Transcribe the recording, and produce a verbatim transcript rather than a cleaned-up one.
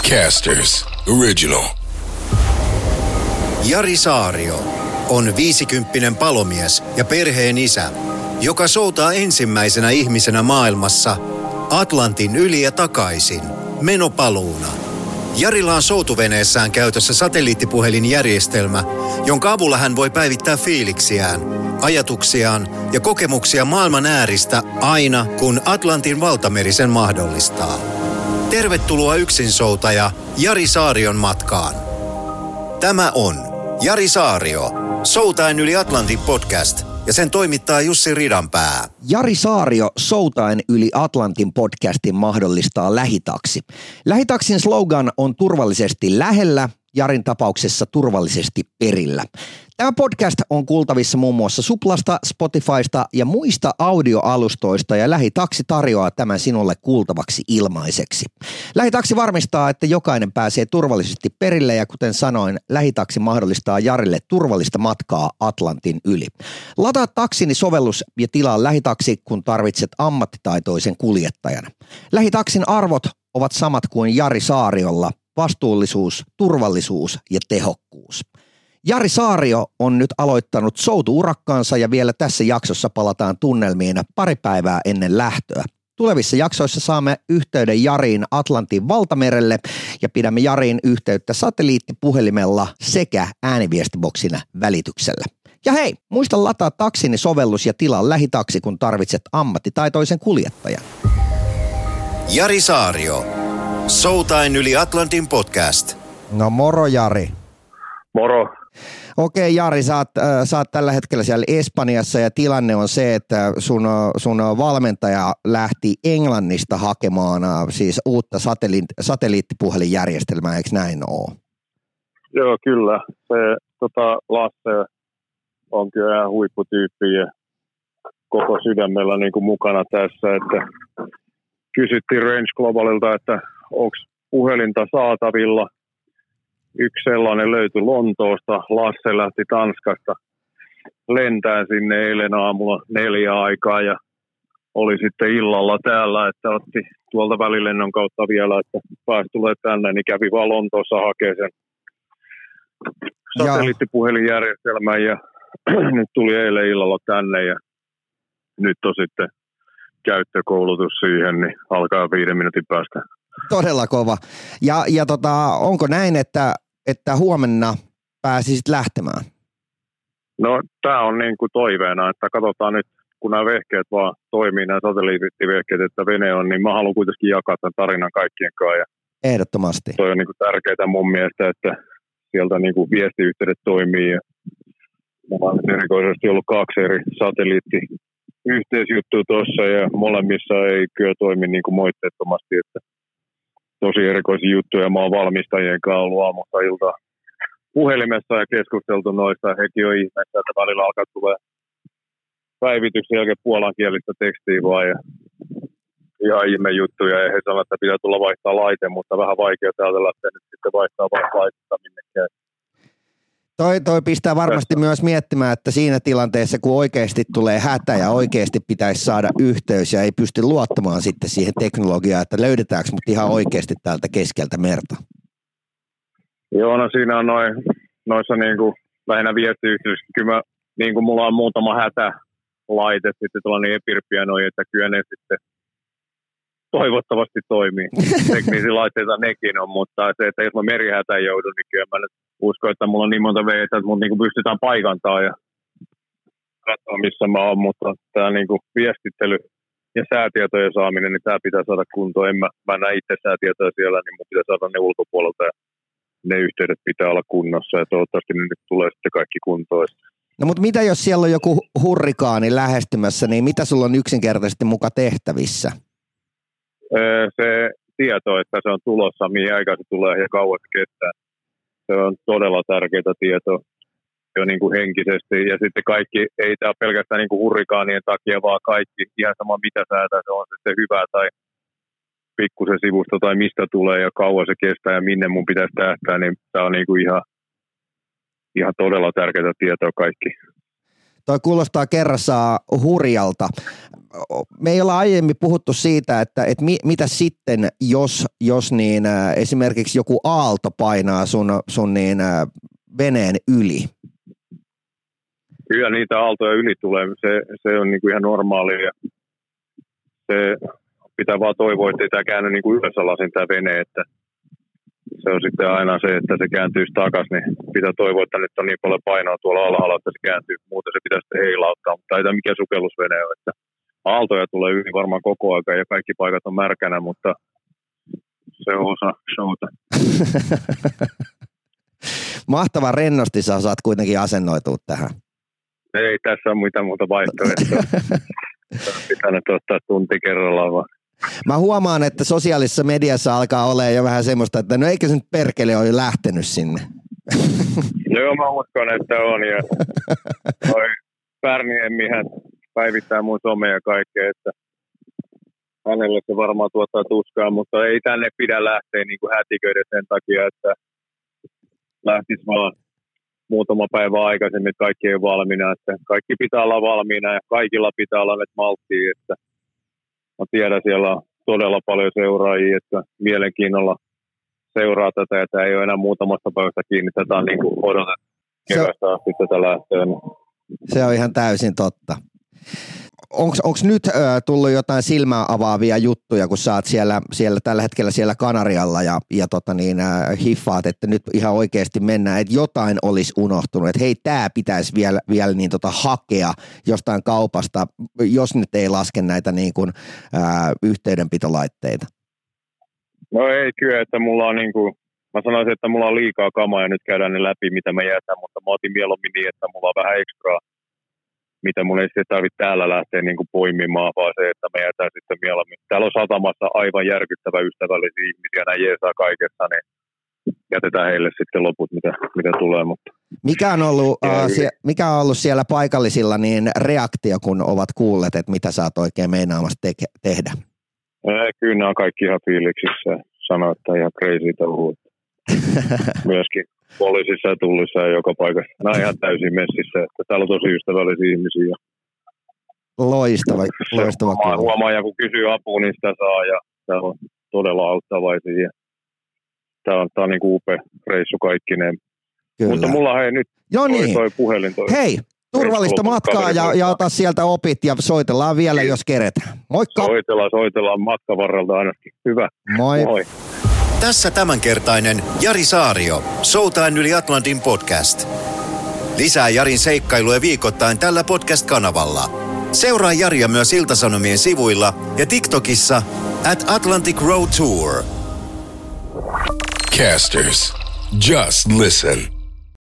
Podcasters Original. Jari Saario on viisikymppinen palomies ja perheen isä, joka soutaa ensimmäisenä ihmisenä maailmassa Atlantin yli ja takaisin menopaluuna. Jarilla on soutuveneessään käytössä satelliittipuhelinjärjestelmä, jonka avulla hän voi päivittää fiiliksiään, ajatuksiaan ja kokemuksia maailman ääristä aina, kun Atlantin valtameri sen mahdollistaa. Tervetuloa yksinsoutaja Jari Saarion matkaan. Tämä on Jari Saario, Soutaen yli Atlantin podcast, ja sen toimittaa Jussi Ridanpää. Jari Saario, Soutaen yli Atlantin podcastin mahdollistaa Lähitaksi. Lähitaksin slogan on turvallisesti lähellä, Jarin tapauksessa turvallisesti perillä. Tämä podcast on kuultavissa muun muassa Suplasta, Spotifysta ja muista audioalustoista, ja Lähitaksi tarjoaa tämän sinulle kuultavaksi ilmaiseksi. Lähitaksi varmistaa, että jokainen pääsee turvallisesti perille, ja kuten sanoin, Lähitaksi mahdollistaa Jarille turvallista matkaa Atlantin yli. Lataa taksini sovellus ja tilaa Lähitaksi, kun tarvitset ammattitaitoisen kuljettajan. Lähitaksin arvot ovat samat kuin Jari Saariolla: vastuullisuus, turvallisuus ja tehokkuus. Jari Saario on nyt aloittanut soutu-urakkaansa, ja vielä tässä jaksossa palataan tunnelmiin pari päivää ennen lähtöä. Tulevissa jaksoissa saamme yhteyden Jariin Atlantin valtamerelle ja pidämme Jariin yhteyttä satelliittipuhelimella sekä ääniviestiboksin välityksellä. Ja hei, muista lataa taksini sovellus ja tilaa Lähitaksi, kun tarvitset ammattitaitoisen kuljettajan. Jari Saario, Soutaen yli Atlantin podcast. No moro Jari. Moro. Okei Jari, sä oot, äh, sä oot tällä hetkellä siellä Espanjassa, ja tilanne on se, että sun, sun valmentaja lähti Englannista hakemaan äh, siis uutta satelliitti, satelliittipuhelinjärjestelmää, eikö näin ole? Joo, kyllä. Se tota, Lasse on kyllä ihan huipputyyppi ja koko sydämellä niin kuin mukana tässä. Että kysyttiin Range Globalilta, että onko puhelinta saatavilla. Yksi sellainen löytyi Lontoosta, Lasse lähti Tanskasta lentää sinne eilen aamulla neljä aikaa ja oli sitten illalla täällä, että otti tuolta välilennon kautta vielä, että pääsi tulee tänne, niin kävi vaan Lontoossa hakemaan sen satelliittipuhelinjärjestelmän ja nyt tuli eilen illalla tänne ja nyt on sitten käyttökoulutus siihen, niin alkaa viiden minuutin päästä. Todella kova. Ja, ja tota, onko näin, että, että huomenna pääsisit lähtemään? No tämä on niin kuin toiveena, että katsotaan nyt, kun nämä vehkeet vaan toimii, nämä satelliittivehkeet, että vene on, niin mä haluan kuitenkin jakaa tämän tarinan kaikkien kanssa. Ja ehdottomasti. toi on niin kuin tärkeää mun mielestä, että sieltä niin kuin viestiyhteydet toimii. Ja mä olen erikoisesti ollut kaksi eri satelliittiyhteisjuttua tuossa ja molemmissa ei kyllä toimi niin kuin moitteettomasti, että tosi erikoisia juttuja. Mä oon valmistajien kanssa ollut aamusta iltaa puhelimessa ja keskusteltu noista. Hekin on ihmeessä, että välillä alkaa tulee päivityksen jälkeen puolankielistä tekstiä vaan. Ja ihan ihme juttuja. Ja he sanovat, että pitää tulla vaihtaa laite, mutta vähän vaikea täältä lähteä nyt sitten vaihtaa vain laitetta minnekään. Toi, toi pistää varmasti Tästä. myös miettimään, että siinä tilanteessa, kun oikeasti tulee hätä ja oikeasti pitäisi saada yhteys ja ei pysty luottamaan sitten siihen teknologiaan, että löydetäänkö mut ihan oikeasti täältä keskeltä merta. Joo, no siinä on noin, noissa niin kuin lähinnä viestiyhteys. Kyllä mä, niin kuin mulla on muutama hätälaite, sitten tuollainen epirpiä noin, että kyllä ne sitten toivottavasti toimii. Teknisiä laitteita nekin on, mutta se, että jos mä merihätään joudun, niin kyllä mä nyt uskon, että mulla on niin monta veitä, että mut niinku pystytään paikantamaan ja katsoa, missä mä oon, mutta tämä niinku viestittely ja säätietojen saaminen, niin tämä pitää saada kuntoon. En mä, mä näe itse säätietoja siellä, niin mun pitää saada ne ulkopuolelta ja ne yhteydet pitää olla kunnossa ja toivottavasti ne nyt tulee sitten kaikki kuntoon. No mutta mitä jos siellä on joku hurrikaani lähestymässä, niin mitä sulla on yksinkertaisesti muka tehtävissä? Se tieto, että se on tulossa, mihin aikaan se tulee ja kauan se kestää. Se on todella tärkeää tietoa jo niin kuin henkisesti. Ja sitten kaikki, ei tämä pelkästään niin kuin hurrikaanien takia, vaan kaikki, ihan sama mitä säätää, se on sitten hyvää tai pikkusen sivusta tai mistä tulee ja kauan se kestää ja minne mun pitäisi tähtää, niin tämä on niin kuin ihan, ihan todella tärkeää tietoa kaikki. Toi kuulostaa kerrassaan hurjalta. me ei olla aiemmin puhuttu siitä, että, että mi, mitä sitten, jos, jos niin, äh, esimerkiksi joku aalto painaa sun, sun niin, äh, veneen yli. Kyllä niitä aaltoja yli tulee, se, se on niin kuin ihan normaalia. Se pitää vaan toivoa, että ei tämä käänny niin kuin ylösalasin tämä vene, että se on sitten aina se, että se kääntyisi takaisin, niin pitää toivoa, että nyt on niin paljon painoa tuolla alhaalla, että se kääntyy. Muuten se pitää sitten heilauttaa, mutta ei tämä mikään sukellusvene ole. Että aaltoja tulee yli varmaan koko aika ja kaikki paikat on märkänä, mutta se on osa showta. Mahtavan rennosti sä saat kuitenkin asennoitua tähän. Ei tässä ole mitään muuta vaihtoehtoa. Pitää nyt ottaa tunti kerrallaan vaan. Mä huomaan, että sosiaalisessa mediassa alkaa olemaan jo vähän semmoista, että no eikä se nyt perkele ole lähtenyt sinne. Joo, mä uskon, että on. Ja toi Pärniemmihän päivittää mun somea ja kaikkea, että hänelle se varmaan tuottaa tuskaa, mutta ei tänne pidä lähteä niin kuin hätiköiden sen takia, että lähtisi vaan muutama päivä aikaisemmin, että kaikki ei ole valmiina. Että kaikki pitää olla valmiina ja kaikilla pitää olla nyt malttia, että mä tiedän, siellä on todella paljon seuraajia, että mielenkiinnolla seuraa tätä, ja tämä ei ole enää muutamasta päivästä kiinni. Tätä on niin kuin odotettu kevästä asti tätä lähtöön. Se on ihan täysin totta. Onko nyt ö, tullut jotain silmää avaavia juttuja, kun sä oot siellä, siellä tällä hetkellä siellä Kanarialla ja, ja tota niin, ö, hiffaat, että nyt ihan oikeasti mennään, että jotain olisi unohtunut, että hei, tämä pitäisi vielä, vielä niin tota hakea jostain kaupasta, jos nyt ei laske näitä niin kuin, ö, yhteydenpitolaitteita? No ei kyllä, että mulla on niin kuin, mä sanoisin, että mulla on liikaa kamaa ja nyt käydään ne läpi, mitä mä jätän, mutta mä otin mieluummin niin, että mulla on vähän ekstraa, mitä mun ei sitten tarvitse täällä lähteä niin kuin poimimaan, vaan se, että me jätään sitten mieluummin. Täällä on satamassa aivan järkyttävä ystävällisiä ihmisiä, nämä jeesaa kaikessa, niin jätetään heille sitten loput, mitä, mitä tulee. Mutta mikä, on ollut, uh, sie, mikä on ollut siellä paikallisilla niin reaktio, kun ovat kuulleet, että mitä sä oot oikein meinaamassa te- tehdä? Ei, kyllä nämä on kaikki ihan fiiliksissä. Sanoo, että ihan crazy touhuu. Myöskin poliisissa ja tullissa ja joka paikassa. Nämä on ihan täysin messissä, että täällä on tosi ystävällisiä ihmisiä. Loistava, loistava. Huomaa, huomaa, ja kun kysyy apua, niin sitä saa, ja täällä on todella auttavaisia. Tämä on, tämä on niin kuin upea reissu kaikkineen. Kyllä. Mutta mulla hei nyt no niin. toi, toi puhelin. Toi hei, turvallista matkaa ja, ja ota sieltä opit ja soitellaan vielä, Kiitos. Jos keretään. Moikka! Soitellaan, soitellaan matkavarrelta ainakin. Hyvä. Moi. Moi. Tässä tämänkertainen Jari Saario, Showtime yli Atlantin podcast. Lisää Jarin seikkailuja viikoittain tällä podcast-kanavalla. Seuraa Jaria myös Ilta-Sanomien sivuilla ja TikTokissa at Atlantic Road Tour. Casters, just listen.